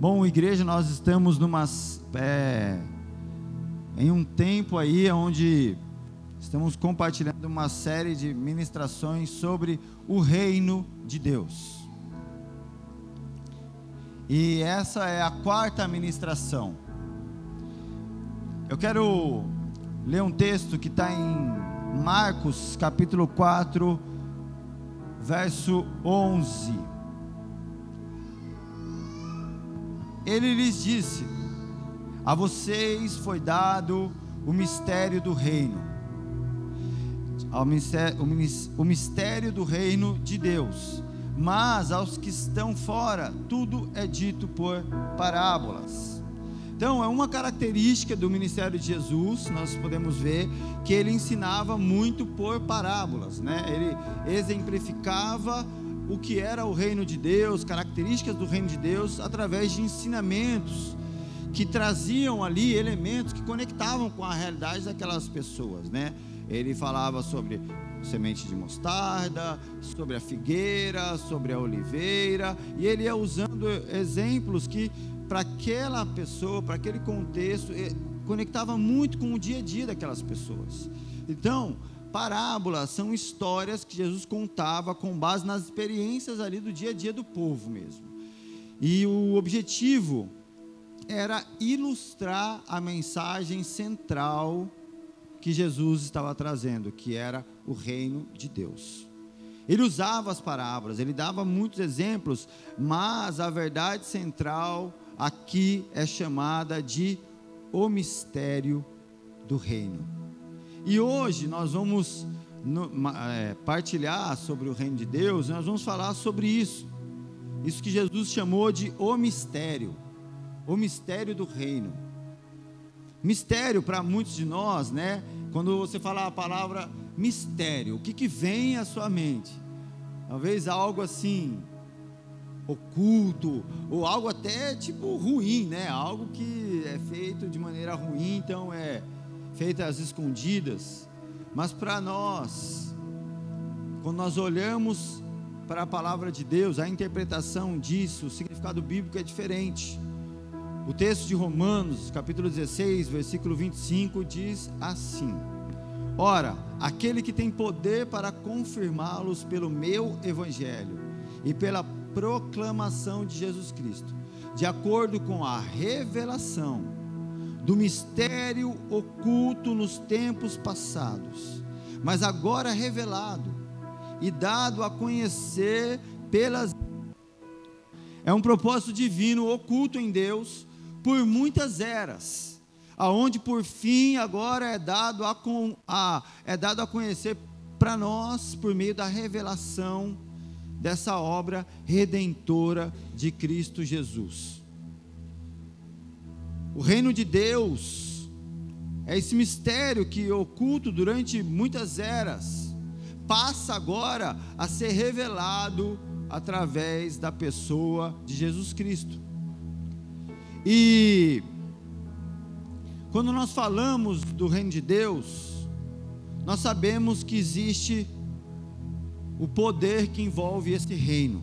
Bom, igreja, nós estamos em um tempo aí onde estamos compartilhando uma série de ministrações sobre o reino de Deus. E essa é a quarta ministração. Eu quero ler um texto que está em Marcos capítulo 4, verso 11. Ele lhes disse: a vocês foi dado o mistério do reino, o mistério do reino de Deus, mas aos que estão fora, tudo é dito por parábolas. Então, é uma característica do ministério de Jesus, nós podemos ver que ele ensinava muito por parábolas, né? Ele exemplificava o que era o reino de Deus, características do reino de Deus, através de ensinamentos que traziam ali elementos que conectavam com a realidade daquelas pessoas, né? Ele falava sobre semente de mostarda, sobre a figueira, sobre a oliveira, e ele ia usando exemplos que para aquela pessoa, para aquele contexto, conectava muito com o dia a dia daquelas pessoas. Então, parábolas são histórias que Jesus contava com base nas experiências ali do dia a dia do povo mesmo. E o objetivo era ilustrar a mensagem central que Jesus estava trazendo, que era o reino de Deus. Ele usava as parábolas, ele dava muitos exemplos, mas a verdade central aqui é chamada de o mistério do reino. E hoje nós vamos partilhar sobre o reino de Deus, nós vamos falar sobre isso que Jesus chamou de o mistério do reino. Mistério para muitos de nós, né? Quando você fala a palavra mistério, o que vem à sua mente? Talvez algo assim, oculto, ou algo até tipo ruim, né? Algo que é feito de maneira ruim, então é feito às escondidas. Mas para nós, quando nós olhamos para a palavra de Deus, a interpretação disso, o significado bíblico é diferente. O texto de Romanos, capítulo 16, versículo 25, diz assim: ora, aquele que tem poder para confirmá-los pelo meu evangelho e pela proclamação de Jesus Cristo, de acordo com a revelação do mistério oculto nos tempos passados, mas agora revelado e dado a conhecer pelas... É um propósito divino oculto em Deus por muitas eras, aonde por fim agora é dado a conhecer para nós por meio da revelação dessa obra redentora de Cristo Jesus. O reino de Deus é esse mistério que oculto durante muitas eras passa agora a ser revelado através da pessoa de Jesus Cristo. E quando nós falamos do reino de Deus, nós sabemos que existe o poder que envolve esse reino.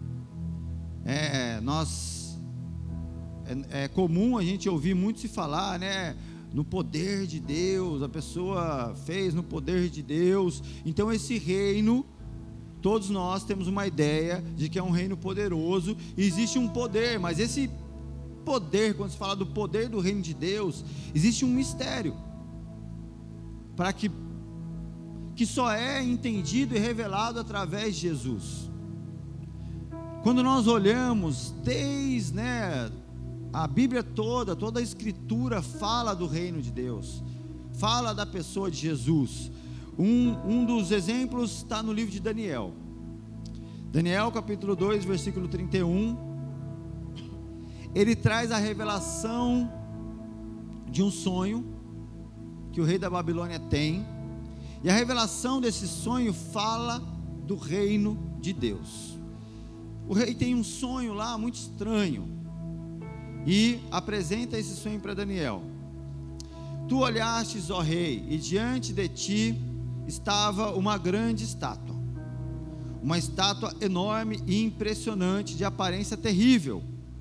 É comum a gente ouvir muito se falar, né, no poder de Deus, a pessoa fez no poder de Deus. Então esse reino, todos nós temos uma ideia de que é um reino poderoso, e existe um poder, mas esse poder, quando se fala do poder do reino de Deus, existe um mistério para que só é entendido e revelado através de Jesus. Quando nós olhamos desde a Bíblia toda a Escritura fala do reino de Deus, fala da pessoa de Jesus. Um dos exemplos está no livro de Daniel, capítulo 2, versículo 31. Ele traz a revelação de um sonho que o rei da Babilônia tem, e a revelação desse sonho fala do reino de Deus. O rei tem um sonho lá muito estranho, e apresenta esse sonho para Daniel. Tu olhastes, ó rei, e diante de ti estava uma grande estátua, uma estátua enorme e impressionante, de aparência terrível.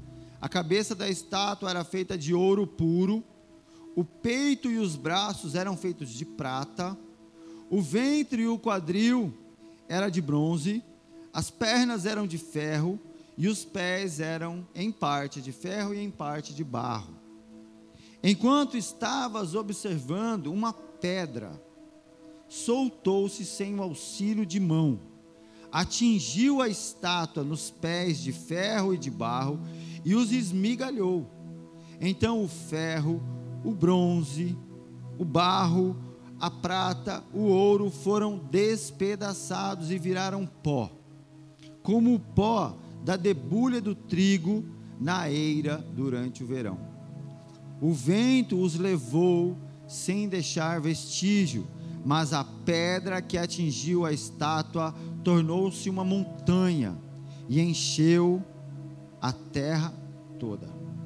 A cabeça da estátua era feita de ouro puro, o peito e os braços eram feitos de prata, o ventre e o quadril era de bronze, as pernas eram de ferro e os pés eram em parte de ferro e em parte de barro. Enquanto estavas observando, uma pedra soltou-se sem o auxílio de mão, atingiu a estátua nos pés de ferro e de barro e os esmigalhou. Então o ferro, o bronze, o barro, a prata, o ouro foram despedaçados e viraram pó, como o pó da debulha do trigo na eira durante o verão. O vento os levou sem deixar vestígio, mas a pedra que atingiu a estátua tornou-se uma montanha e encheu a terra toda.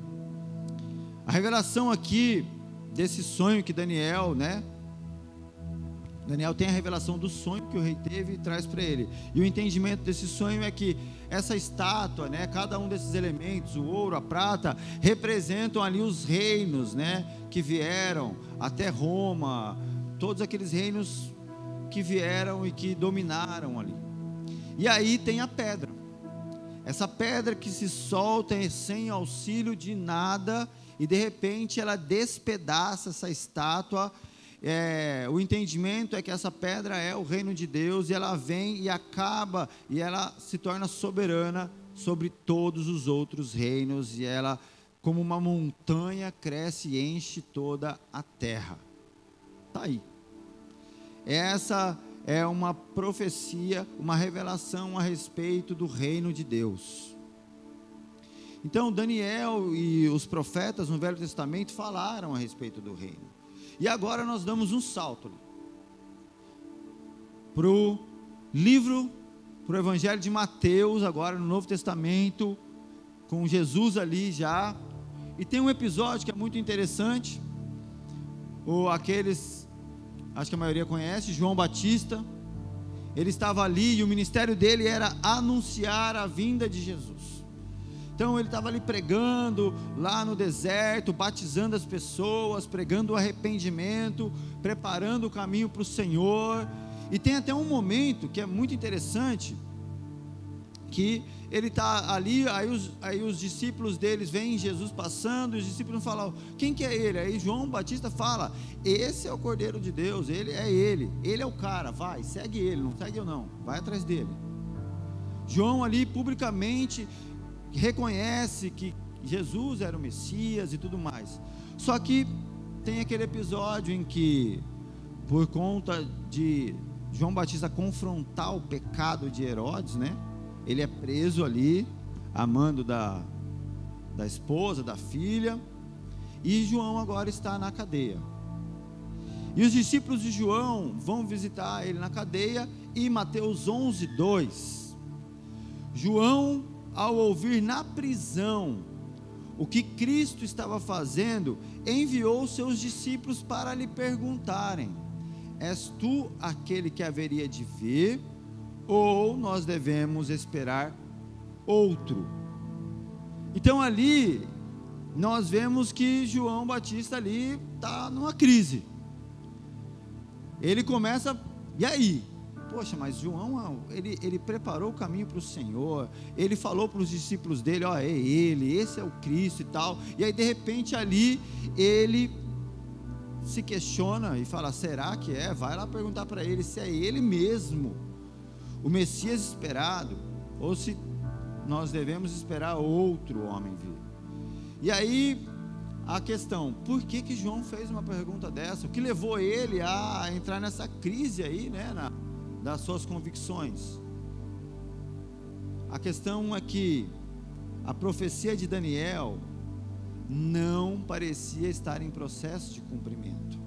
A revelação aqui desse sonho que Daniel tem a revelação do sonho que o rei teve e traz para ele. E o entendimento desse sonho é que essa estátua, cada um desses elementos, o ouro, a prata, representam ali os reinos, que vieram até Roma, todos aqueles reinos que vieram e que dominaram ali. E aí tem a pedra. Essa pedra que se solta sem auxílio de nada e de repente ela despedaça essa estátua. O entendimento é que essa pedra é o reino de Deus e ela vem e acaba e ela se torna soberana sobre todos os outros reinos e ela, como uma montanha, cresce e enche toda a terra. Está aí. Essa é uma profecia, uma revelação a respeito do reino de Deus. Então Daniel e os profetas no Velho Testamento falaram a respeito do reino. E agora nós damos um salto para o Evangelho de Mateus, agora no Novo Testamento, com Jesus ali já. E tem um episódio que é muito interessante, acho que a maioria conhece, João Batista. Ele estava ali e o ministério dele era anunciar a vinda de Jesus. Então ele estava ali pregando lá no deserto, batizando as pessoas, pregando o arrependimento, preparando o caminho para o Senhor. E tem até um momento que é muito interessante, que ele está ali, aí os discípulos deles veem Jesus passando, e os discípulos falam: quem que é ele? Aí João Batista fala: esse é o Cordeiro de Deus, ele é o cara, vai, segue ele, não segue eu não, vai atrás dele. João ali publicamente reconhece que Jesus era o Messias e tudo mais. Só que tem aquele episódio em que, por conta de João Batista confrontar o pecado de Herodes, ele é preso ali, a mando da esposa, da filha, e João agora está na cadeia. E os discípulos de João vão visitar ele na cadeia, e Mateus 11:2, João, ao ouvir na prisão o que Cristo estava fazendo, enviou seus discípulos para lhe perguntarem: és tu aquele que haveria de vir, ou nós devemos esperar outro? Então ali nós vemos que João Batista ali está numa crise. Ele começa, e aí? Poxa, mas João, ele preparou o caminho para o Senhor, ele falou para os discípulos dele: ó, é ele, esse é o Cristo e tal. E aí de repente ali ele se questiona e fala: será que é? Vai lá perguntar para ele se é ele mesmo, o Messias esperado, ou se nós devemos esperar outro homem vir. E aí a questão: por que João fez uma pergunta dessa? O que levou ele a entrar nessa crise aí, das suas convicções? A questão é que a profecia de Daniel não parecia estar em processo de cumprimento.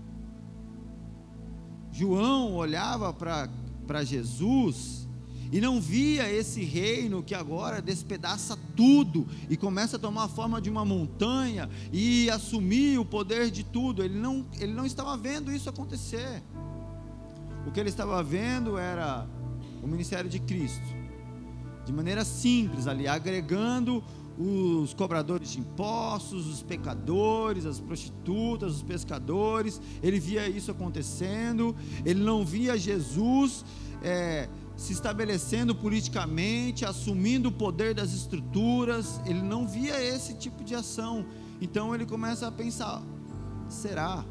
João olhava para Jesus e não via esse reino que agora despedaça tudo e começa a tomar a forma de uma montanha e assumir o poder de tudo. Ele não estava vendo isso acontecer. O que ele estava vendo era o ministério de Cristo, de maneira simples ali, agregando os cobradores de impostos, os pecadores, as prostitutas, os pescadores. Ele via isso acontecendo. Ele não via Jesus se estabelecendo politicamente, assumindo o poder das estruturas. Ele não via esse tipo de ação. Então ele começa a pensar: será?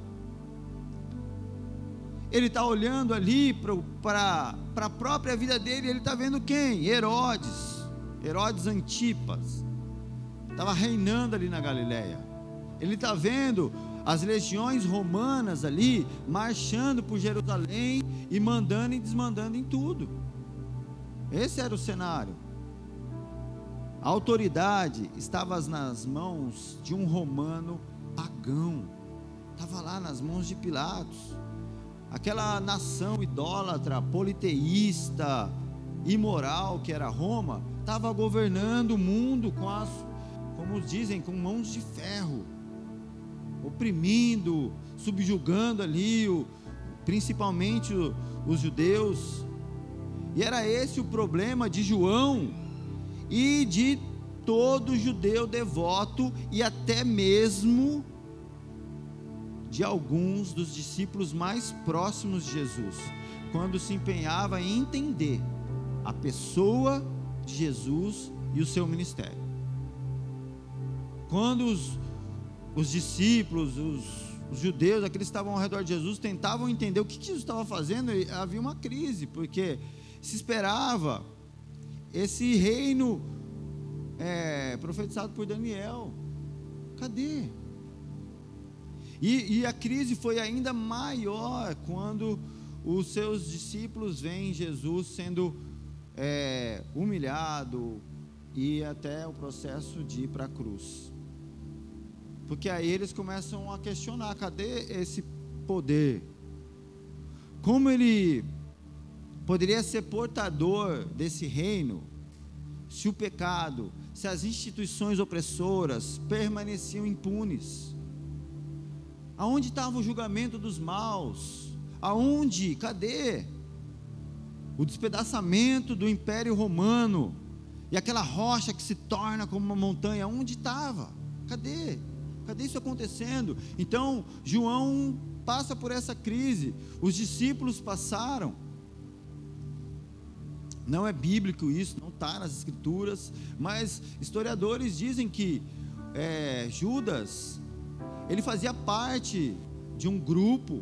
Ele está olhando ali para a própria vida dele. Ele está vendo quem? Herodes Antipas estava reinando ali na Galileia. Ele está vendo as legiões romanas ali marchando por Jerusalém e mandando e desmandando em tudo. Esse era o cenário. A autoridade estava nas mãos de um romano pagão, estava lá nas mãos de Pilatos. Aquela nação idólatra, politeísta, imoral que era Roma, estava governando o mundo como dizem, com mãos de ferro, oprimindo, subjugando ali, principalmente os judeus. E era esse o problema de João e de todo judeu devoto, e até mesmo de alguns dos discípulos mais próximos de Jesus, quando se empenhava em entender a pessoa de Jesus e o seu ministério. Quando os discípulos, os judeus, aqueles que estavam ao redor de Jesus, tentavam entender o que Jesus estava fazendo, havia uma crise, porque se esperava esse reino profetizado por Daniel. Cadê? E a crise foi ainda maior quando os seus discípulos veem Jesus sendo humilhado e até o processo de ir para a cruz. Porque aí eles começam a questionar: cadê esse poder? Como ele poderia ser portador desse reino se o pecado, se as instituições opressoras permaneciam impunes? Aonde estava o julgamento dos maus? Aonde? Cadê? O despedaçamento do Império Romano e aquela rocha que se torna como uma montanha, onde estava? Cadê? Cadê isso acontecendo? Então João passa por essa crise, os discípulos passaram. Não é bíblico isso, não está nas escrituras, mas historiadores dizem que Judas, ele fazia parte de um grupo,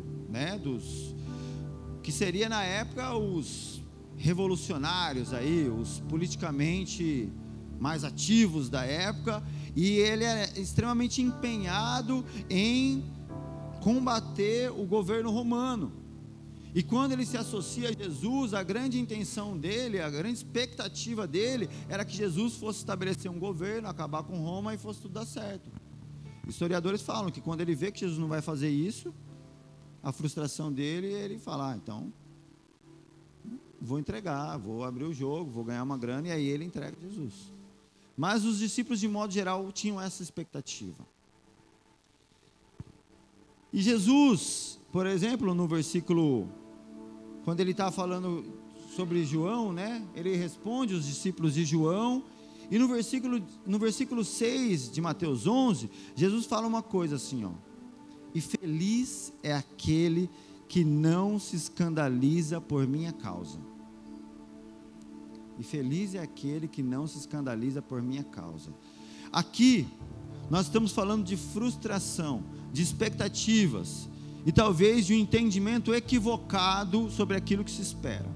que seria na época os revolucionários aí, os politicamente mais ativos da época, e ele é extremamente empenhado em combater o governo romano. E quando ele se associa a Jesus, a grande intenção dele, a grande expectativa dele, era que Jesus fosse estabelecer um governo, acabar com Roma e fosse tudo dar certo. Historiadores falam que quando ele vê que Jesus não vai fazer isso, a frustração dele, ele fala: então vou entregar, vou abrir o jogo, vou ganhar uma grana, e aí ele entrega Jesus. Mas os discípulos, de modo geral, tinham essa expectativa. E Jesus, por exemplo, no versículo, quando ele está falando sobre João, ele responde os discípulos de João, e no versículo 6 de Mateus 11, Jesus fala uma coisa assim, e feliz é aquele que não se escandaliza por minha causa. E feliz é aquele que não se escandaliza por minha causa. Aqui, nós estamos falando de frustração, de expectativas, e talvez de um entendimento equivocado sobre aquilo que se espera.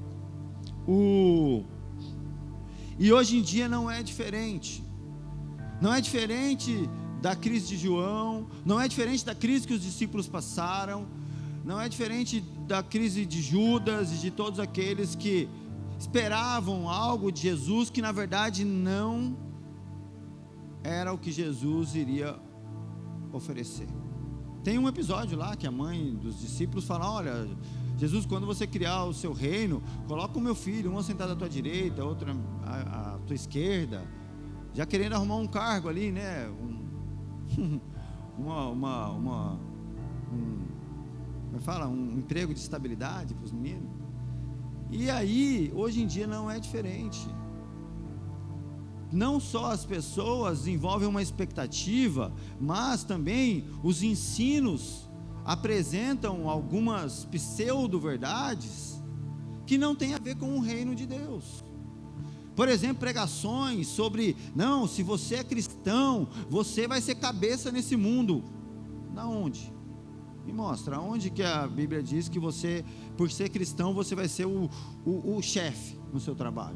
E hoje em dia não é diferente. Não é diferente da crise de João, não é diferente da crise que os discípulos passaram, não é diferente da crise de Judas e de todos aqueles que esperavam algo de Jesus que na verdade não era o que Jesus iria oferecer. Tem um episódio lá que a mãe dos discípulos fala: olha, Jesus, quando você criar o seu reino, coloca o meu filho, uma sentada à tua direita, outra à tua esquerda, já querendo arrumar um cargo ali, um emprego de estabilidade para os meninos. E aí, hoje em dia não é diferente. não só as pessoas desenvolvem uma expectativa, mas também os ensinos apresentam algumas pseudo-verdades que não têm a ver com o reino de Deus. Por exemplo, pregações sobre, não, se você é cristão, você vai ser cabeça nesse mundo. Da onde? Me mostra, aonde que a Bíblia diz que você, por ser cristão, você vai ser o chefe no seu trabalho?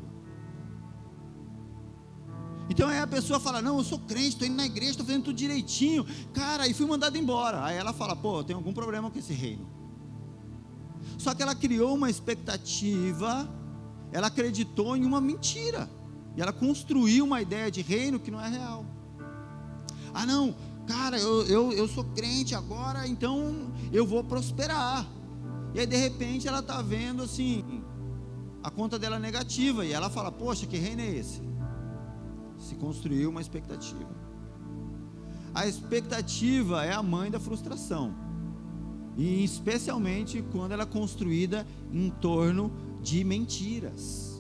Então aí a pessoa fala, não, eu sou crente, estou indo na igreja, estou fazendo tudo direitinho, cara, e fui mandado embora. Aí ela fala, pô, tem algum problema com esse reino. Só que ela criou uma expectativa, ela acreditou em uma mentira, e ela construiu uma ideia de reino que não é real. Ah não, cara, eu sou crente agora, então eu vou prosperar. E aí de repente ela está vendo assim, a conta dela é negativa, e ela fala, poxa, que reino é esse? Se construiu uma expectativa. A expectativa é a mãe da frustração, e especialmente quando ela é construída em torno de mentiras.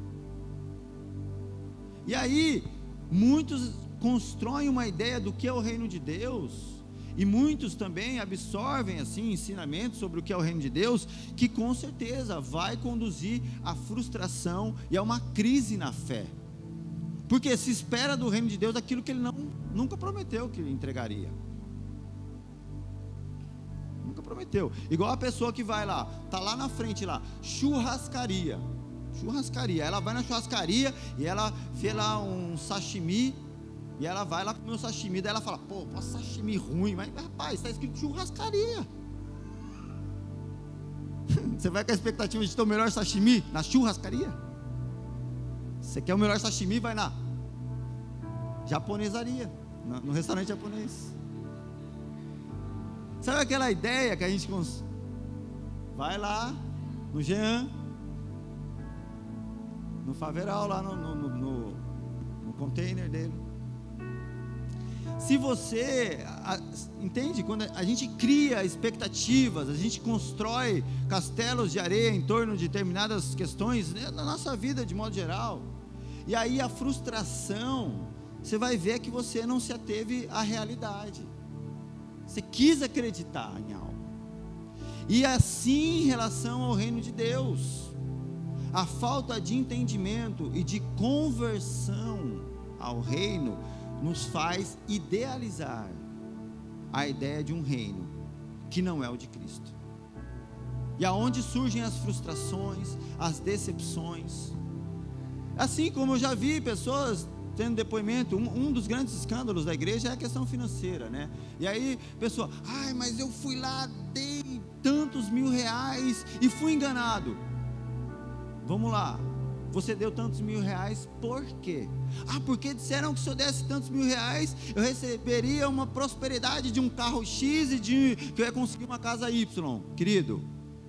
E aí muitos constroem uma ideia do que é o reino de Deus, e muitos também absorvem assim ensinamentos sobre o que é o reino de Deus, que com certeza vai conduzir à frustração e a uma crise na fé, porque se espera do reino de Deus aquilo que ele nunca prometeu que entregaria. Nunca prometeu. Igual a pessoa que vai lá, está lá na frente lá, churrascaria, ela vai na churrascaria e ela vê lá um sashimi, e ela vai lá comer o sashimi, daí ela fala, pô, sashimi ruim, mas rapaz, está escrito churrascaria. Você vai com a expectativa de ter o melhor sashimi na churrascaria? Você quer o melhor sashimi, vai na japonesaria, no restaurante japonês. Sabe aquela ideia que a gente vai lá no Jean, no Faveral, lá no container dele. Se você entende, quando a gente cria expectativas, a gente constrói castelos de areia em torno de determinadas questões, né, na nossa vida de modo geral, e aí a frustração, você vai ver que você não se ateve à realidade, você quis acreditar em algo. E assim, em relação ao reino de Deus, a falta de entendimento e de conversão ao reino nos faz idealizar a ideia de um reino que não é o de Cristo. E aonde surgem as frustrações, as decepções. Assim como eu já vi pessoas tendo depoimento, um dos grandes escândalos da igreja é a questão financeira, né? E aí, pessoa, mas eu fui lá, dei tantos R$1.000 e fui enganado. Vamos lá, você deu tantos R$1.000, por quê? Porque disseram que se eu desse tantos R$1.000, eu receberia uma prosperidade de um carro X e que eu ia conseguir uma casa Y. Querido,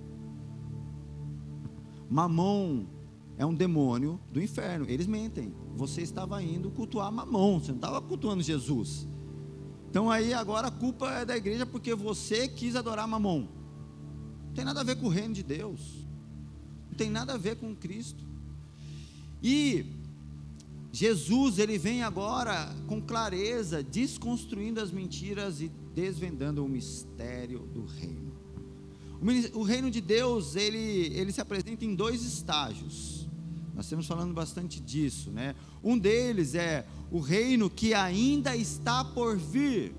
Mamon é um demônio do inferno, eles mentem. Você estava indo cultuar Mamon, você não estava cultuando Jesus. Então aí agora a culpa é da igreja porque você quis adorar Mamon. Não tem nada a ver com o reino de Deus, não tem nada a ver com Cristo. E Jesus, ele vem agora com clareza, desconstruindo as mentiras e desvendando o mistério do reino. O reino de Deus, ele se apresenta em 2 estágios. Nós estamos falando bastante disso, né? Um deles é o reino que ainda está por vir.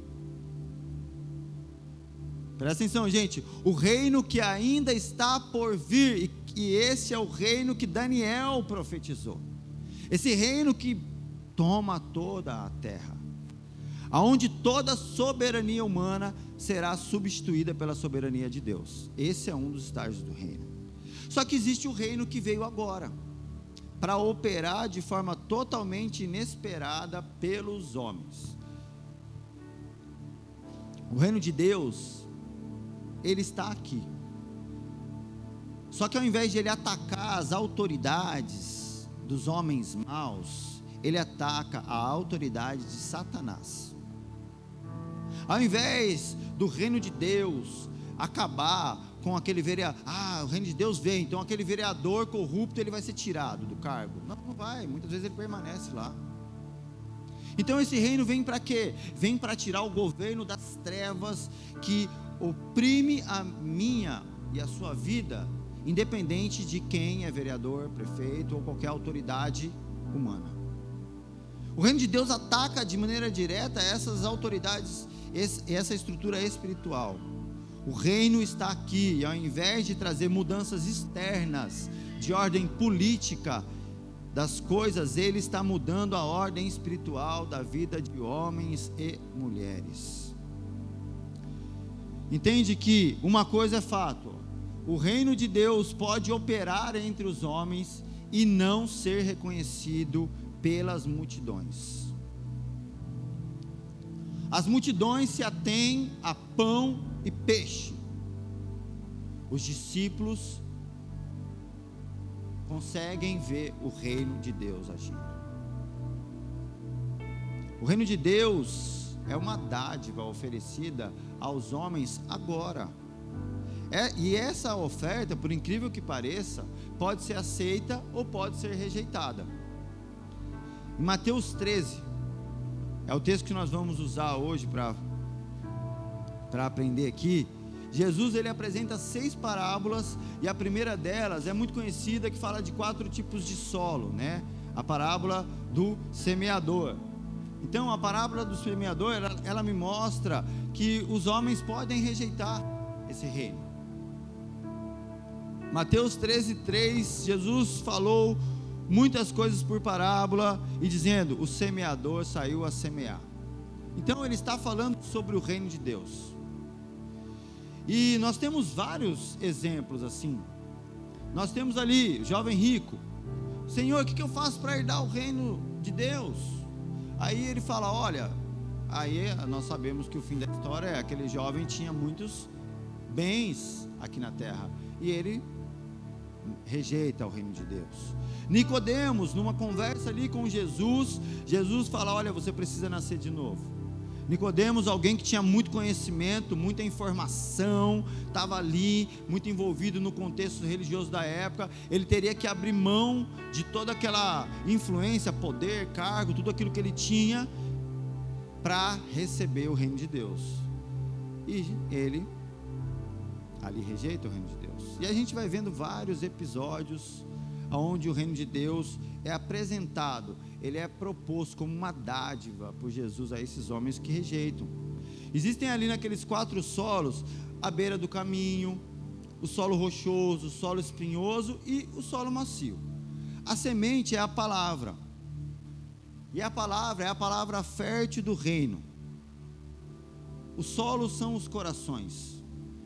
Presta atenção, gente, o reino que ainda está por vir, e esse é o reino que Daniel profetizou. Esse reino que toma toda a terra, aonde toda soberania humana será substituída pela soberania de Deus. Esse é um dos estágios do reino. Só que existe o reino que veio agora, para operar de forma totalmente inesperada pelos homens. O reino de Deus, ele está aqui. Só que ao invés de ele atacar as autoridades dos homens maus, ele ataca a autoridade de Satanás. Ao invés do reino de Deus acabar com aquele vereador, o reino de Deus vem, então aquele vereador corrupto ele vai ser tirado do cargo. Não vai, muitas vezes ele permanece lá. Então esse reino vem para quê? Vem para tirar o governo das trevas que oprime a minha e a sua vida, independente de quem é vereador, prefeito ou qualquer autoridade humana. O reino de Deus ataca de maneira direta essas autoridades, essa estrutura espiritual. O reino está aqui, e ao invés de trazer mudanças externas, de ordem política das coisas, ele está mudando a ordem espiritual da vida de homens e mulheres. Entende que uma coisa é fato: o reino de Deus pode operar entre os homens e não ser reconhecido pelas multidões. As multidões se atêm a pão e peixe. Os discípulos conseguem ver o reino de Deus agindo. O reino de Deus é uma dádiva oferecida aos homens agora. E essa oferta, por incrível que pareça, pode ser aceita ou pode ser rejeitada. Em Mateus 13, é o texto que nós vamos usar hoje para aprender aqui. Jesus, ele apresenta 6 parábolas, e a primeira delas é muito conhecida, que fala de 4 tipos de solo, né? A parábola do semeador. Então a parábola do semeador, ela me mostra que os homens podem rejeitar esse reino. Mateus 13:3, Jesus falou muitas coisas por parábola, e dizendo: o semeador saiu a semear. Então ele está falando sobre o reino de Deus. E nós temos vários exemplos assim. Nós temos ali o jovem rico: Senhor, o que eu faço para herdar o reino de Deus? Aí ele fala: olha, aí nós sabemos que o fim da história é: aquele jovem tinha muitos bens aqui na terra, e ele rejeita o reino de Deus. Nicodemos, numa conversa ali com Jesus, Jesus fala: olha, você precisa nascer de novo. Nicodemos, alguém que tinha muito conhecimento, muita informação, estava ali, muito envolvido no contexto religioso da época. Ele teria que abrir mão de toda aquela influência, poder, cargo, tudo aquilo que ele tinha, para receber o reino de Deus. E ele ali rejeita o reino de Deus. E a gente vai vendo vários episódios onde o reino de Deus é apresentado, ele é proposto como uma dádiva por Jesus a esses homens que rejeitam. Existem ali naqueles 4 solos: a beira do caminho, o solo rochoso, o solo espinhoso e o solo macio. A semente é a palavra, e a palavra é a palavra fértil do reino. Os solos são os corações.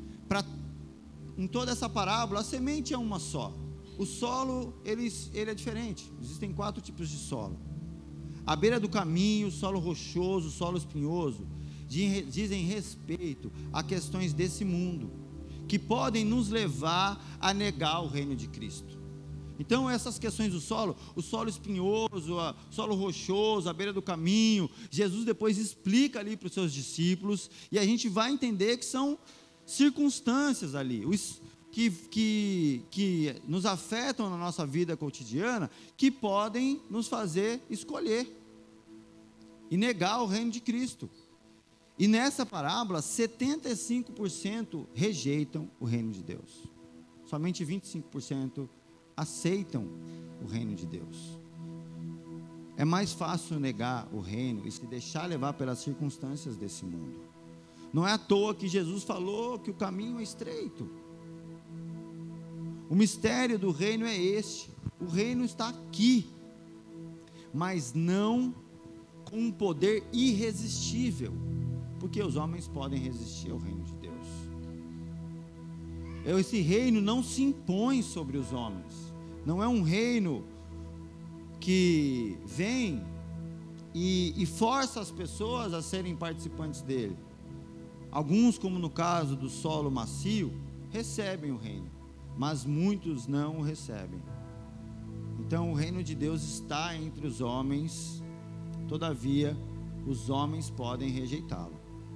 Em toda essa parábola, a semente é uma só. O solo, ele é diferente. Existem 4 tipos de solo: a beira do caminho, o solo rochoso, o solo espinhoso, dizem respeito a questões desse mundo, que podem nos levar a negar o reino de Cristo. Então essas questões do solo, o solo espinhoso, o solo rochoso, a beira do caminho, Jesus depois explica ali para os seus discípulos, e a gente vai entender que são circunstâncias ali, que nos afetam na nossa vida cotidiana, que podem nos fazer escolher e negar o reino de Cristo. E nessa parábola, 75% rejeitam o reino de Deus, somente 25% aceitam o reino de Deus. É mais fácil negar o reino e se deixar levar pelas circunstâncias desse mundo. Não é à toa que Jesus falou que o caminho é estreito. O mistério do reino é este: o reino está aqui, mas não com um poder irresistível, porque os homens podem resistir ao reino de Deus. Esse reino não se impõe sobre os homens, não é um reino que vem e força as pessoas a serem participantes dele. Alguns, como no caso do solo macio, recebem o reino, mas muitos não o recebem. Então o reino de Deus está entre os homens, todavia os homens podem rejeitá-lo.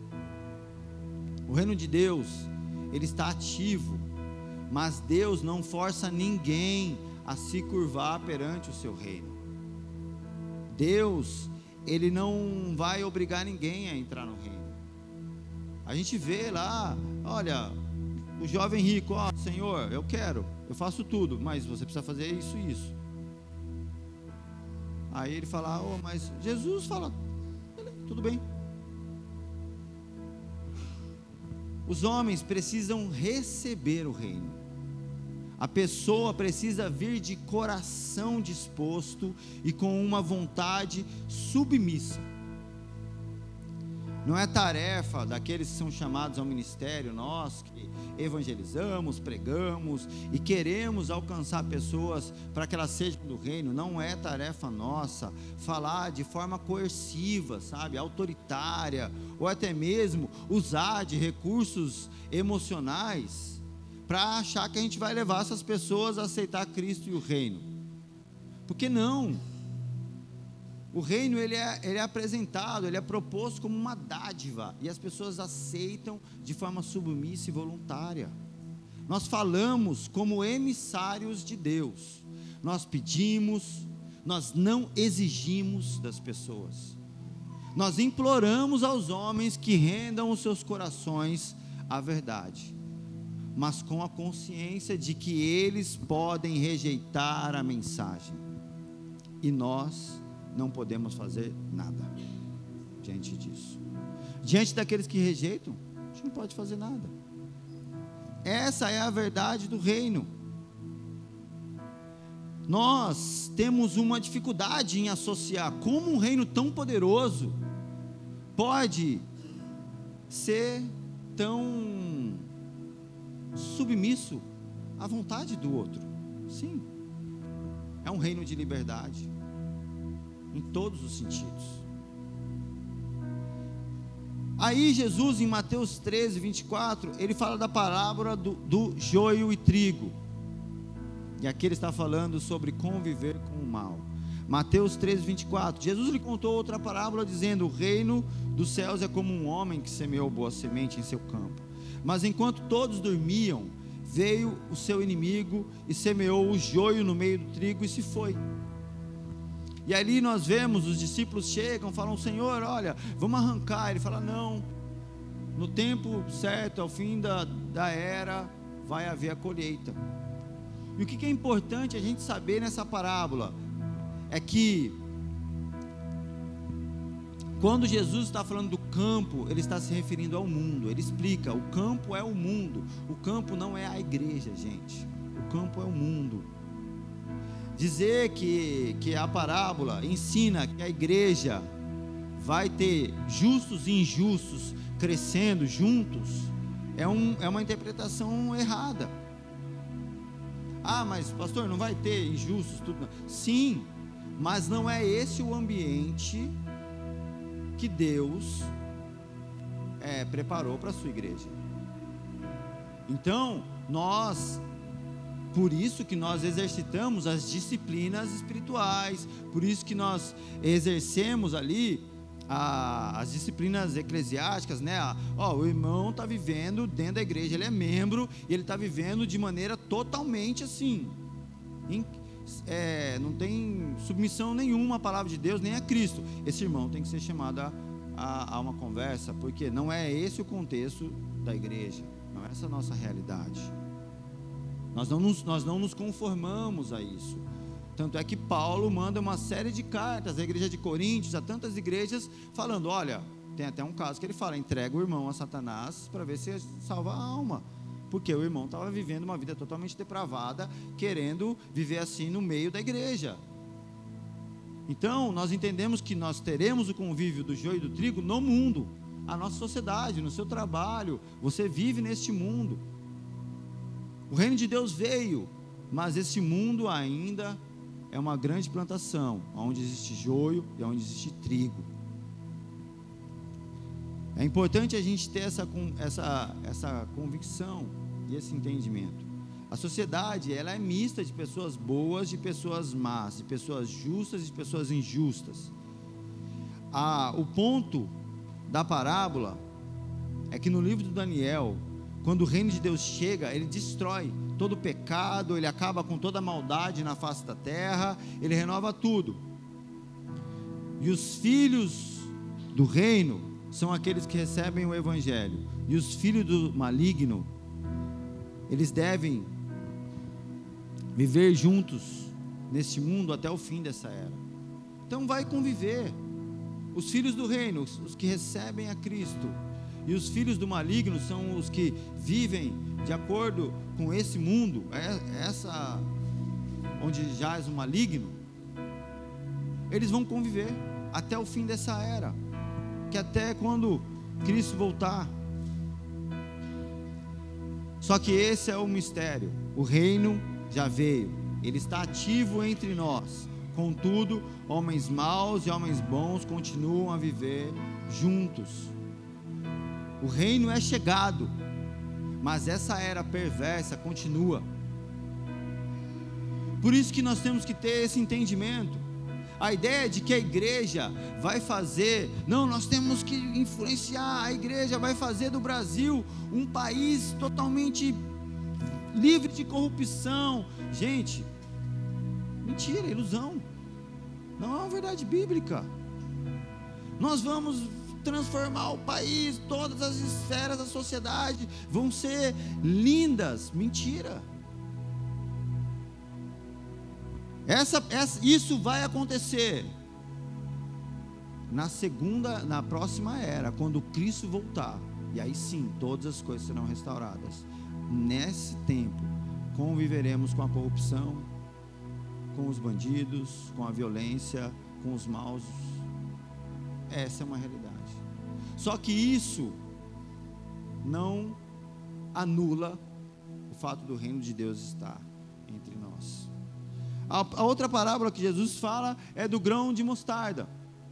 O reino de Deus, ele está ativo, mas Deus não força ninguém a se curvar perante o seu reino. Deus, ele não vai obrigar ninguém a entrar no reino. A gente vê lá, olha, o jovem rico, ó, Senhor, eu faço tudo, mas você precisa fazer isso e isso. Aí ele fala, mas Jesus fala, tudo bem. Os homens precisam receber o reino. A pessoa precisa vir de coração disposto e com uma vontade submissa. Não é tarefa daqueles que são chamados ao ministério, nós que evangelizamos, pregamos e queremos alcançar pessoas para que elas sejam do reino. Não é tarefa nossa falar de forma coerciva, sabe, autoritária, ou até mesmo usar de recursos emocionais para achar que a gente vai levar essas pessoas a aceitar Cristo e o reino. Porque não? O reino ele é apresentado, ele é proposto como uma dádiva, e as pessoas aceitam de forma submissa e voluntária. Nós falamos como emissários de Deus, nós pedimos, nós não exigimos das pessoas, nós imploramos aos homens que rendam os seus corações à verdade, mas com a consciência de que eles podem rejeitar a mensagem, e nós não podemos fazer nada diante disso. Diante daqueles que rejeitam, a gente não pode fazer nada. Essa é a verdade do reino. Nós temos uma dificuldade em associar como um reino tão poderoso pode ser tão submisso à vontade do outro. Sim, é um reino de liberdade em todos os sentidos. Aí Jesus, em Mateus 13, 24, ele fala da parábola do joio e trigo, e aqui ele está falando sobre conviver com o mal. Mateus 13, 24, Jesus lhe contou outra parábola dizendo, o reino dos céus é como um homem que semeou boa semente em seu campo, mas enquanto todos dormiam, veio o seu inimigo e semeou o joio no meio do trigo e se foi. E ali nós vemos, os discípulos chegam, falam, Senhor, olha, vamos arrancar. Ele fala, não, no tempo certo, ao fim da era, vai haver a colheita. E o que é importante a gente saber nessa parábola, é que, quando Jesus está falando do campo, ele está se referindo ao mundo. Ele explica, o campo é o mundo, o campo não é a igreja, gente, o campo é o mundo. Dizer que a parábola ensina que a igreja vai ter justos e injustos crescendo juntos, é uma interpretação errada. Mas pastor, não vai ter injustos? Tudo? Sim, mas não é esse o ambiente que Deus preparou para a sua igreja. Então, por isso que nós exercitamos as disciplinas espirituais, por isso que nós exercemos ali as disciplinas eclesiásticas, né? O irmão está vivendo dentro da igreja, ele é membro, e ele está vivendo de maneira totalmente assim, não tem submissão nenhuma à palavra de Deus, nem a Cristo. Esse irmão tem que ser chamado a uma conversa, porque não é esse o contexto da igreja, não é essa a nossa realidade. Nós não nos conformamos a isso. Tanto é que Paulo manda uma série de cartas à igreja de Coríntios, a tantas igrejas, falando, olha, tem até um caso que ele fala, entrega o irmão a Satanás para ver se salva a alma, porque o irmão estava vivendo uma vida totalmente depravada, querendo viver assim no meio da igreja. Então nós entendemos que nós teremos o convívio do joio e do trigo no mundo, a nossa sociedade, no seu trabalho, você vive neste mundo. O reino de Deus veio, mas esse mundo ainda é uma grande plantação, onde existe joio e onde existe trigo. É importante a gente ter essa convicção e esse entendimento. A sociedade, ela é mista de pessoas boas, de pessoas más, de pessoas justas e de pessoas injustas. O ponto da parábola é que no livro do Daniel, quando o reino de Deus chega, ele destrói todo o pecado, ele acaba com toda a maldade na face da terra, ele renova tudo. E os filhos do reino são aqueles que recebem o evangelho. E os filhos do maligno, eles devem viver juntos neste mundo até o fim dessa era. Então vai conviver. Os filhos do reino, os que recebem a Cristo, e os filhos do maligno são os que vivem de acordo com esse mundo, essa onde jaz o maligno. Eles vão conviver até o fim dessa era, que até quando Cristo voltar. Só que esse é o mistério. O reino já veio, ele está ativo entre nós. Contudo, homens maus e homens bons continuam a viver juntos. O reino é chegado, mas essa era perversa continua. Por isso que nós temos que ter esse entendimento. A ideia de que a igreja vai fazer, não, nós temos que influenciar, a igreja vai fazer do Brasil um país totalmente livre de corrupção. Gente, mentira, ilusão. Não é uma verdade bíblica. Nós vamos transformar o país, todas as esferas da sociedade vão ser lindas. Mentira. Isso vai acontecer na próxima era, quando Cristo voltar. E aí sim, todas as coisas serão restauradas. Nesse tempo, conviveremos com a corrupção, com os bandidos, com a violência, com os maus. Essa é uma realidade. Só que isso não anula o fato do reino de Deus estar entre nós. A outra parábola que Jesus fala é do grão de mostarda.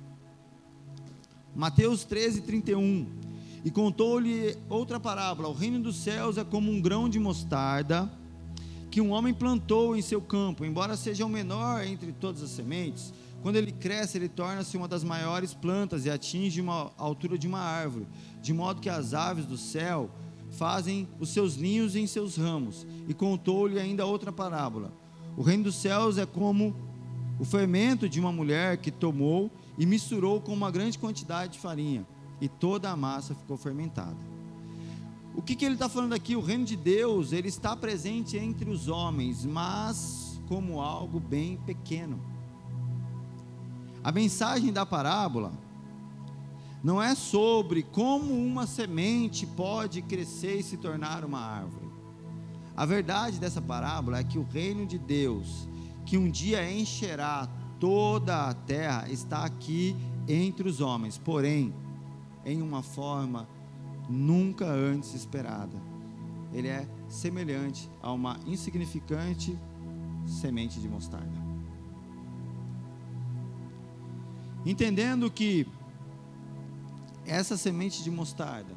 Mateus 13:31. E contou-lhe outra parábola: o reino dos céus é como um grão de mostarda que um homem plantou em seu campo. Embora seja o menor entre todas as sementes, quando ele cresce, ele torna-se uma das maiores plantas e atinge a altura de uma árvore, de modo que as aves do céu fazem os seus ninhos em seus ramos. E contou-lhe ainda outra parábola: o reino dos céus é como o fermento de uma mulher que tomou e misturou com uma grande quantidade de farinha, e toda a massa ficou fermentada. O que ele está falando aqui? O reino de Deus, ele está presente entre os homens, mas como algo bem pequeno. A mensagem da parábola não é sobre como uma semente pode crescer e se tornar uma árvore. A verdade dessa parábola é que o reino de Deus, que um dia encherá toda a terra, está aqui entre os homens, porém, em uma forma nunca antes esperada. Ele é semelhante a uma insignificante semente de mostarda. Entendendo que essa semente de mostarda,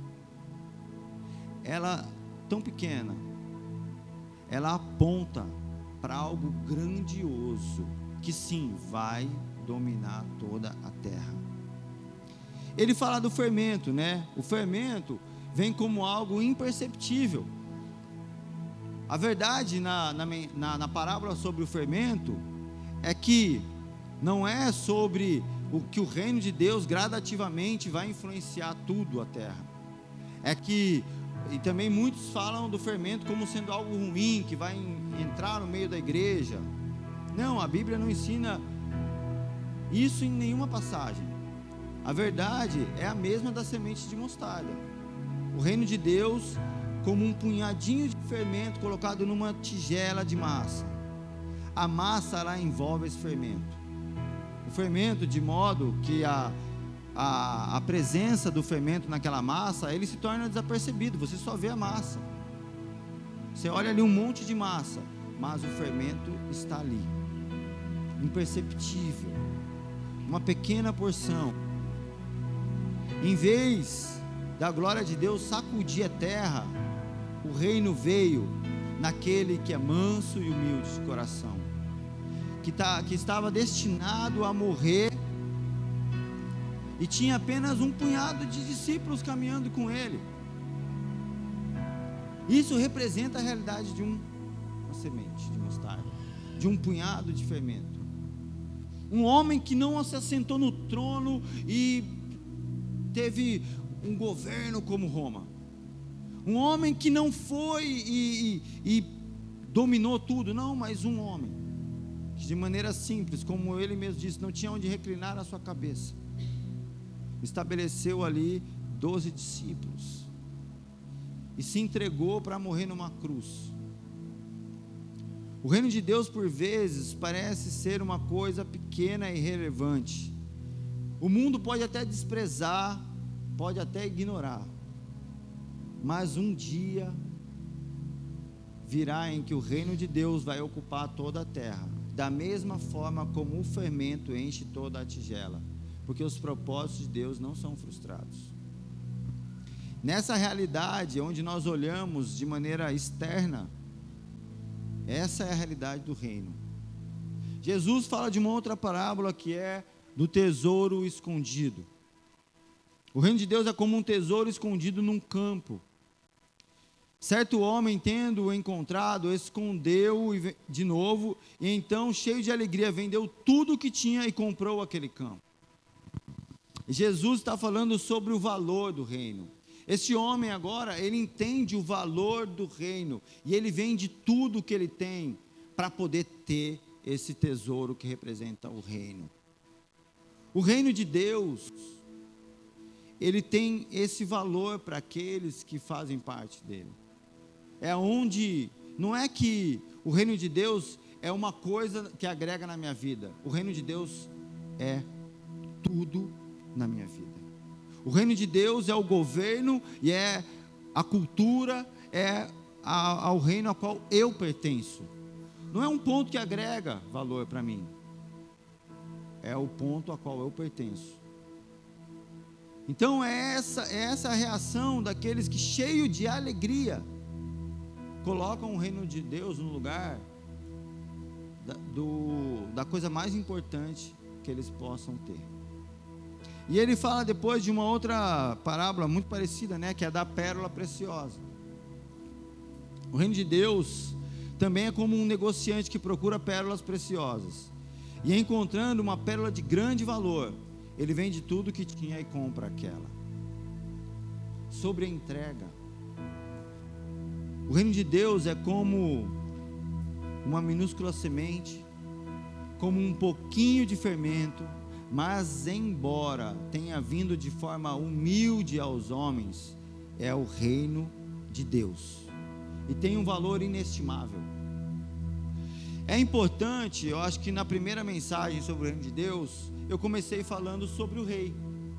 ela tão pequena, ela aponta para algo grandioso, que sim, vai dominar toda a terra. Ele fala do fermento, né? O fermento vem como algo imperceptível. A verdade na parábola sobre o fermento é que não é sobre o que o reino de Deus gradativamente vai influenciar tudo a terra. É que, e também muitos falam do fermento como sendo algo ruim, que vai entrar no meio da igreja. Não, a Bíblia não ensina isso em nenhuma passagem. A verdade é a mesma da semente de mostarda. O reino de Deus como um punhadinho de fermento colocado numa tigela de massa. A massa, ela envolve esse fermento. O fermento, de modo que a presença do fermento naquela massa, ele se torna desapercebido, você só vê a massa. Você olha ali um monte de massa, mas o fermento está ali, imperceptível, uma pequena porção. Em vez da glória de Deus sacudir a terra, o reino veio naquele que é manso e humilde de coração, que estava destinado a morrer, e tinha apenas um punhado de discípulos caminhando com ele. Isso representa a realidade de uma semente de mostarda, de um punhado de fermento. Um homem que não se assentou no trono e teve um governo como Roma. Um homem que não foi e dominou tudo, não, mas um homem que de maneira simples, como ele mesmo disse, não tinha onde reclinar a sua cabeça, estabeleceu ali 12 discípulos e se entregou para morrer numa cruz. O reino de Deus por vezes parece ser uma coisa pequena e irrelevante. O mundo pode até desprezar, pode até ignorar, mas um dia virá em que o reino de Deus vai ocupar toda a terra, da mesma forma como o fermento enche toda a tigela, porque os propósitos de Deus não são frustrados. Nessa realidade, onde nós olhamos de maneira externa, essa é a realidade do reino. Jesus fala de uma outra parábola que é do tesouro escondido. O reino de Deus é como um tesouro escondido num campo. Certo homem, tendo-o encontrado, escondeu-o de novo, e então, cheio de alegria, vendeu tudo o que tinha e comprou aquele campo. Jesus está falando sobre o valor do reino. Esse homem agora, ele entende o valor do reino, e ele vende tudo o que ele tem, para poder ter esse tesouro que representa o reino. O reino de Deus, ele tem esse valor para aqueles que fazem parte dele. É onde, não é que o reino de Deus é uma coisa que agrega na minha vida. O reino de Deus é tudo na minha vida. O reino de Deus é o governo e é a cultura, é ao reino ao qual eu pertenço. Não é um ponto que agrega valor para mim. É o ponto ao qual eu pertenço. Então é essa a reação daqueles que, cheio de alegria, colocam o reino de Deus no lugar da coisa mais importante que eles possam ter. E ele fala depois de uma outra parábola muito parecida, né, que é a da pérola preciosa. O reino de Deus também é como um negociante que procura pérolas preciosas, e encontrando uma pérola de grande valor, ele vende tudo que tinha e compra aquela. Sobre a entrega, o reino de Deus é como uma minúscula semente, como um pouquinho de fermento, mas embora tenha vindo de forma humilde aos homens, é o reino de Deus, e tem um valor inestimável. É importante, eu acho que na primeira mensagem sobre o reino de Deus, eu comecei falando sobre o rei.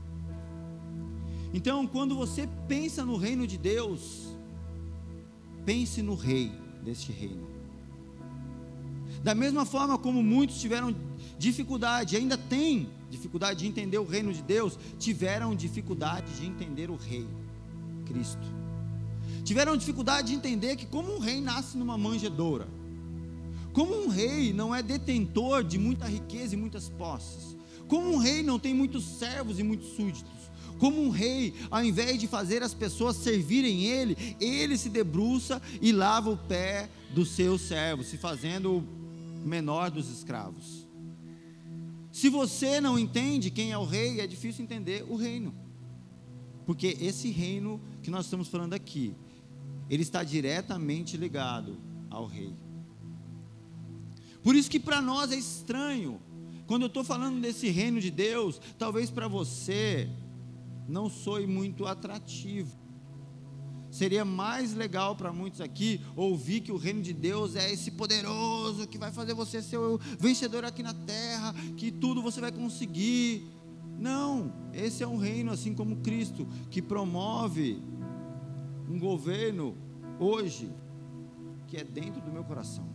Então, quando você pensa no reino de Deus, pense no rei deste reino. Da mesma forma como muitos tiveram dificuldade, ainda têm dificuldade de entender o reino de Deus, tiveram dificuldade de entender o rei, Cristo. Tiveram dificuldade de entender que como um rei nasce numa manjedoura, como um rei não é detentor de muita riqueza e muitas posses, como um rei não tem muitos servos e muitos súditos, como um rei, ao invés de fazer as pessoas servirem ele se debruça e lava o pé dos seus servos, se fazendo o menor dos escravos. Se você não entende quem é o rei, é difícil entender o reino, porque esse reino que nós estamos falando aqui, ele está diretamente ligado ao rei. Por isso que para nós é estranho, quando eu estou falando desse reino de Deus, talvez para você não soe muito atrativo. Seria mais legal para muitos aqui ouvir que o reino de Deus é esse poderoso que vai fazer você ser o vencedor aqui na terra, que tudo você vai conseguir. Não, esse é um reino assim como Cristo, que promove um governo hoje, que é dentro do meu coração,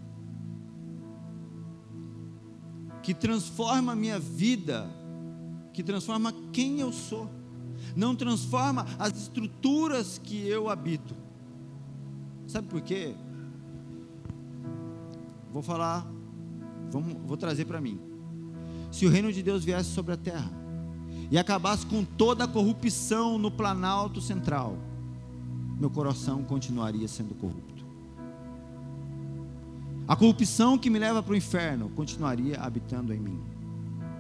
que transforma a minha vida, que transforma quem eu sou, não transforma as estruturas que eu habito. Sabe por quê? Vou trazer para mim. Se o reino de Deus viesse sobre a terra e acabasse com toda a corrupção no Planalto Central, meu coração continuaria sendo corrupto. A corrupção que me leva para o inferno continuaria habitando em mim.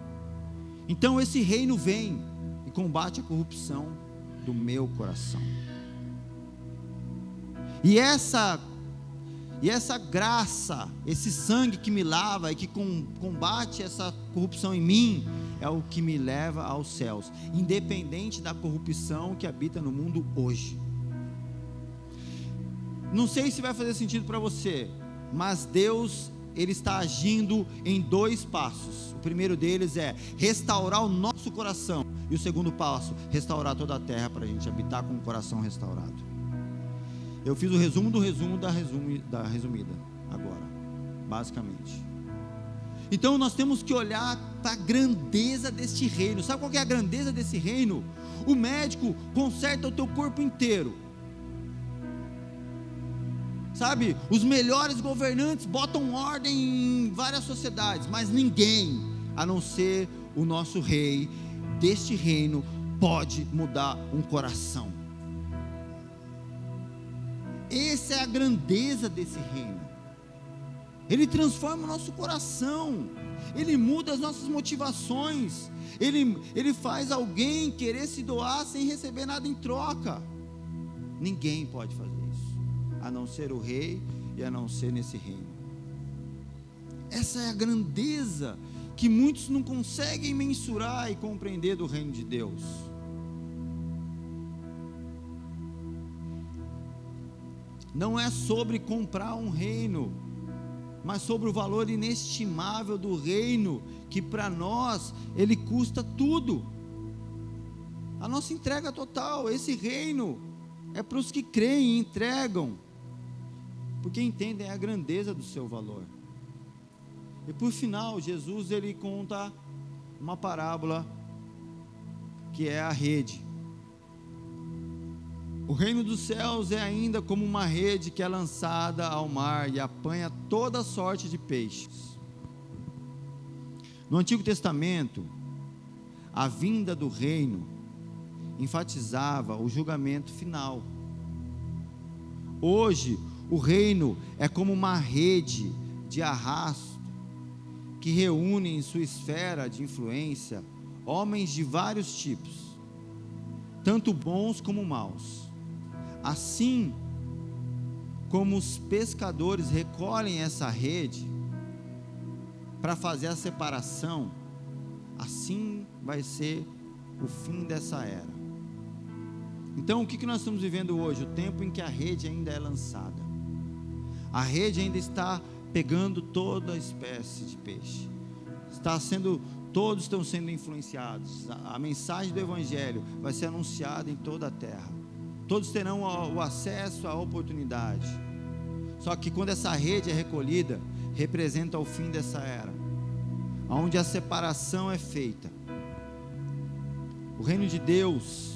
Então esse reino vem e combate a corrupção do meu coração. E essa graça, esse sangue que me lava e que combate essa corrupção em mim, é o que me leva aos céus, independente da corrupção que habita no mundo hoje. Não sei se vai fazer sentido para você, mas Deus, Ele está agindo em 2 passos. O primeiro deles é restaurar o nosso coração, e o segundo passo, restaurar toda a terra para a gente habitar com o coração restaurado. Eu fiz o resumo do resumo da resumida agora, basicamente. Então nós temos que olhar para a grandeza deste reino. Sabe qual que é a grandeza desse reino? O médico conserta o teu corpo inteiro. Sabe, os melhores governantes botam ordem em várias sociedades, mas ninguém, a não ser o nosso rei deste reino, pode mudar um coração. Essa é a grandeza desse reino. Ele transforma o nosso coração, Ele muda as nossas motivações, Ele faz alguém querer se doar sem receber nada em troca. Ninguém pode fazer isso, a não ser o rei e a não ser nesse reino. Essa é a grandeza que muitos não conseguem mensurar e compreender do reino de Deus. Não é sobre comprar um reino, mas sobre o valor inestimável do reino, que para nós, ele custa tudo. A nossa entrega total, esse reino, é para os que creem e entregam, porque entendem a grandeza do seu valor. E por final, Jesus, ele conta uma parábola, que é a rede. O reino dos céus é ainda como uma rede que é lançada ao mar e apanha toda sorte de peixes. No Antigo Testamento, a vinda do reino enfatizava o julgamento final. Hoje, o reino é como uma rede de arrasto que reúne em sua esfera de influência homens de vários tipos, tanto bons como maus. Assim como os pescadores recolhem essa rede para fazer a separação, assim vai ser o fim dessa era. Então, o que nós estamos vivendo hoje? O tempo em que a rede ainda é lançada. A rede ainda está pegando toda espécie de peixe. Todos estão sendo influenciados. A mensagem do Evangelho vai ser anunciada em toda a terra. Todos terão o acesso à oportunidade. Só que quando essa rede é recolhida, representa o fim dessa era, onde a separação é feita. O reino de Deus,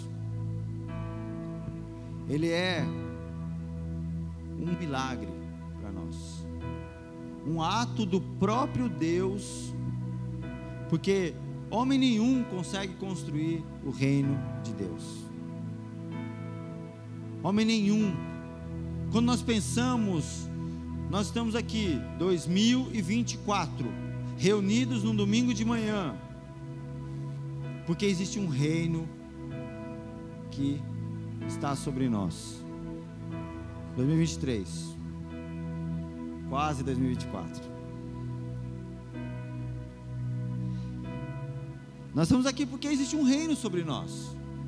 ele é um milagre para nós, um ato do próprio Deus, porque homem nenhum consegue construir o reino de Deus. Homem nenhum. Quando nós pensamos, nós estamos aqui, 2024, reunidos num domingo de manhã, porque existe um reino que está sobre nós. 2023, quase 2024. Nós estamos aqui porque existe um reino sobre nós.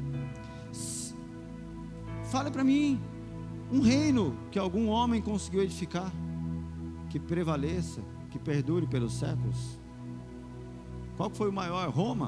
Fale para mim, um reino que algum homem conseguiu edificar, que prevaleça, que perdure pelos séculos. Qual foi o maior? Roma?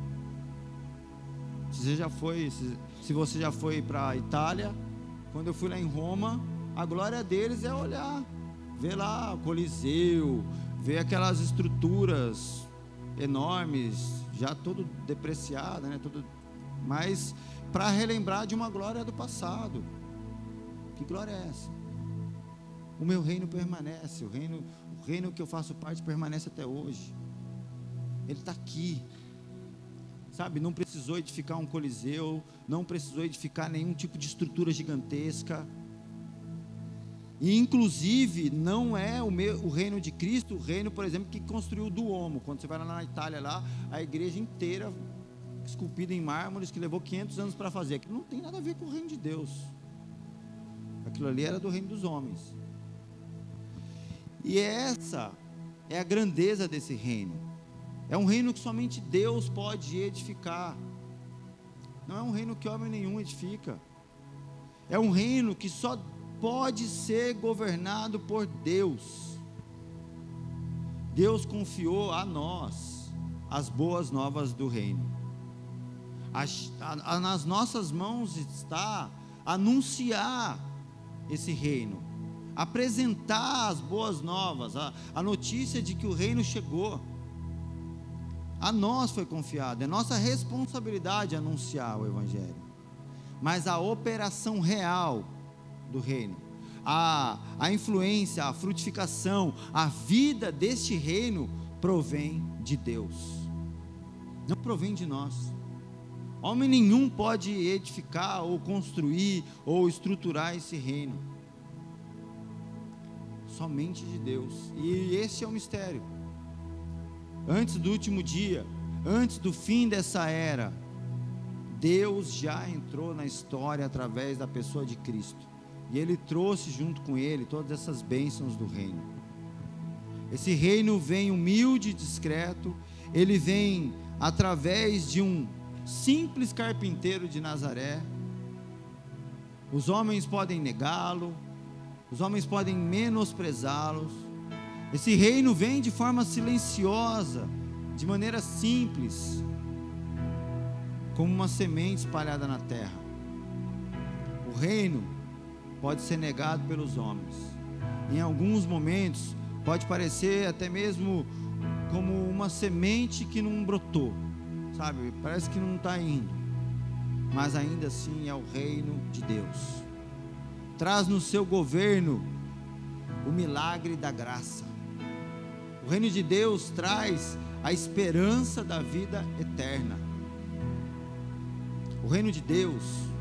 Se você já foi para a Itália, quando eu fui lá em Roma, a glória deles é olhar, ver lá o Coliseu, ver aquelas estruturas enormes, já todo depreciada, né? Mas para relembrar de uma glória do passado. Que glória é essa? O meu reino permanece, o reino que eu faço parte permanece até hoje. Ele está aqui, sabe? Não precisou edificar um coliseu, não precisou edificar nenhum tipo de estrutura gigantesca. E inclusive não é o reino de Cristo, o reino, por exemplo, que construiu o Duomo. Quando você vai lá na Itália, lá, a igreja inteira esculpida em mármores, que levou 500 anos para fazer. Aquilo não tem nada a ver com o reino de Deus. Aquilo ali era do reino dos homens. E essa é a grandeza desse reino. É um reino que somente Deus pode edificar. Não é um reino que homem nenhum edifica. É um reino que só pode ser governado por Deus. Deus confiou a nós as boas novas do reino. Nas nossas mãos está anunciar esse reino, apresentar as boas novas, a notícia de que o reino chegou. A nós foi confiado, é nossa responsabilidade anunciar o evangelho, mas a operação real do reino, a influência, a frutificação, a vida deste reino provém de Deus, não provém de nós. Homem nenhum pode edificar ou construir ou estruturar esse reino, somente de Deus. E esse é o mistério. Antes do último dia, antes do fim dessa era, Deus já entrou na história através da pessoa de Cristo, e Ele trouxe junto com Ele todas essas bênçãos do reino. Esse reino vem humilde e discreto. Ele vem através de um simples carpinteiro de Nazaré. Os homens podem negá-lo, os homens podem menosprezá-los. Esse reino vem de forma silenciosa, de maneira simples, como uma semente espalhada na terra. O reino pode ser negado pelos homens. Em alguns momentos pode parecer até mesmo como uma semente que não brotou, sabe? Parece que não está indo, mas ainda assim é o reino de Deus. Traz no seu governo o milagre da graça. O reino de Deus traz a esperança da vida eterna. O reino de Deus,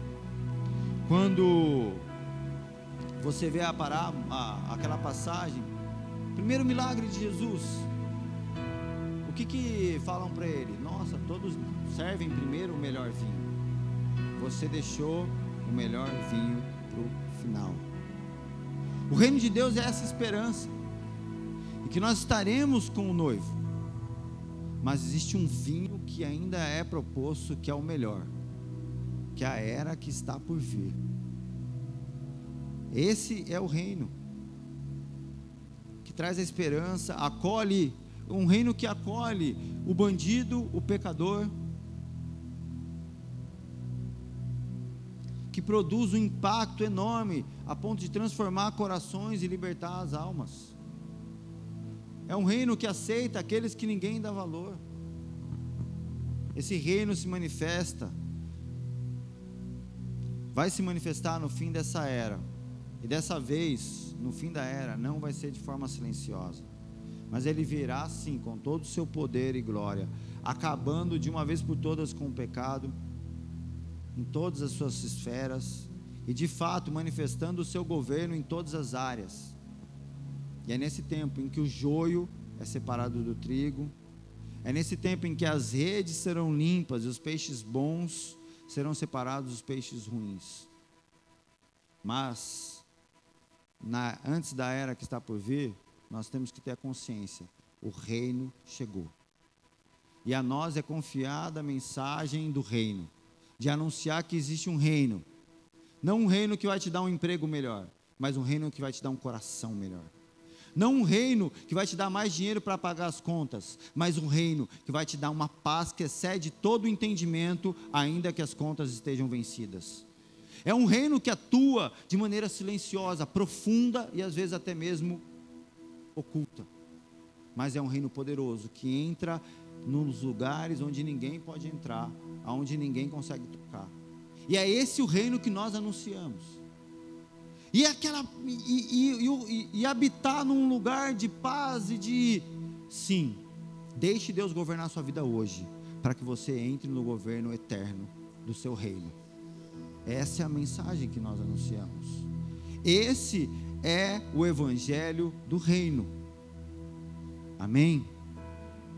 quando você vê aquela passagem, primeiro milagre de Jesus, o que falam para ele? Nossa, todos servem primeiro o melhor vinho, você deixou o melhor vinho para o final. O reino de Deus é essa esperança, e que nós estaremos com o noivo, mas existe um vinho que ainda é proposto, que é o melhor, que é a era que está por vir. Esse é o reino que traz a esperança, acolhe, um reino que acolhe o bandido, o pecador, que produz um impacto enorme a ponto de transformar corações e libertar as almas. É um reino que aceita aqueles que ninguém dá valor. Esse reino se manifesta, vai se manifestar no fim dessa era, e dessa vez, no fim da era, não vai ser de forma silenciosa, mas ele virá sim, com todo o seu poder e glória, acabando de uma vez por todas com o pecado, em todas as suas esferas, e de fato manifestando o seu governo em todas as áreas. E é nesse tempo em que o joio é separado do trigo, é nesse tempo em que as redes serão limpas e os peixes bons serão separados dos peixes ruins. Mas antes da era que está por vir, nós temos que ter a consciência: o reino chegou, e a nós é confiada a mensagem do reino, de anunciar que existe um reino, não um reino que vai te dar um emprego melhor, mas um reino que vai te dar um coração melhor. Não um reino que vai te dar mais dinheiro para pagar as contas, mas um reino que vai te dar uma paz que excede todo o entendimento, ainda que as contas estejam vencidas. É um reino que atua de maneira silenciosa, profunda e às vezes até mesmo oculta. Mas é um reino poderoso que entra nos lugares onde ninguém pode entrar, aonde ninguém consegue tocar. E é esse o reino que nós anunciamos. E habitar num lugar de paz e de... Sim, deixe Deus governar a sua vida hoje, para que você entre no governo eterno do seu reino. Essa é a mensagem que nós anunciamos. Esse é o evangelho do reino. Amém?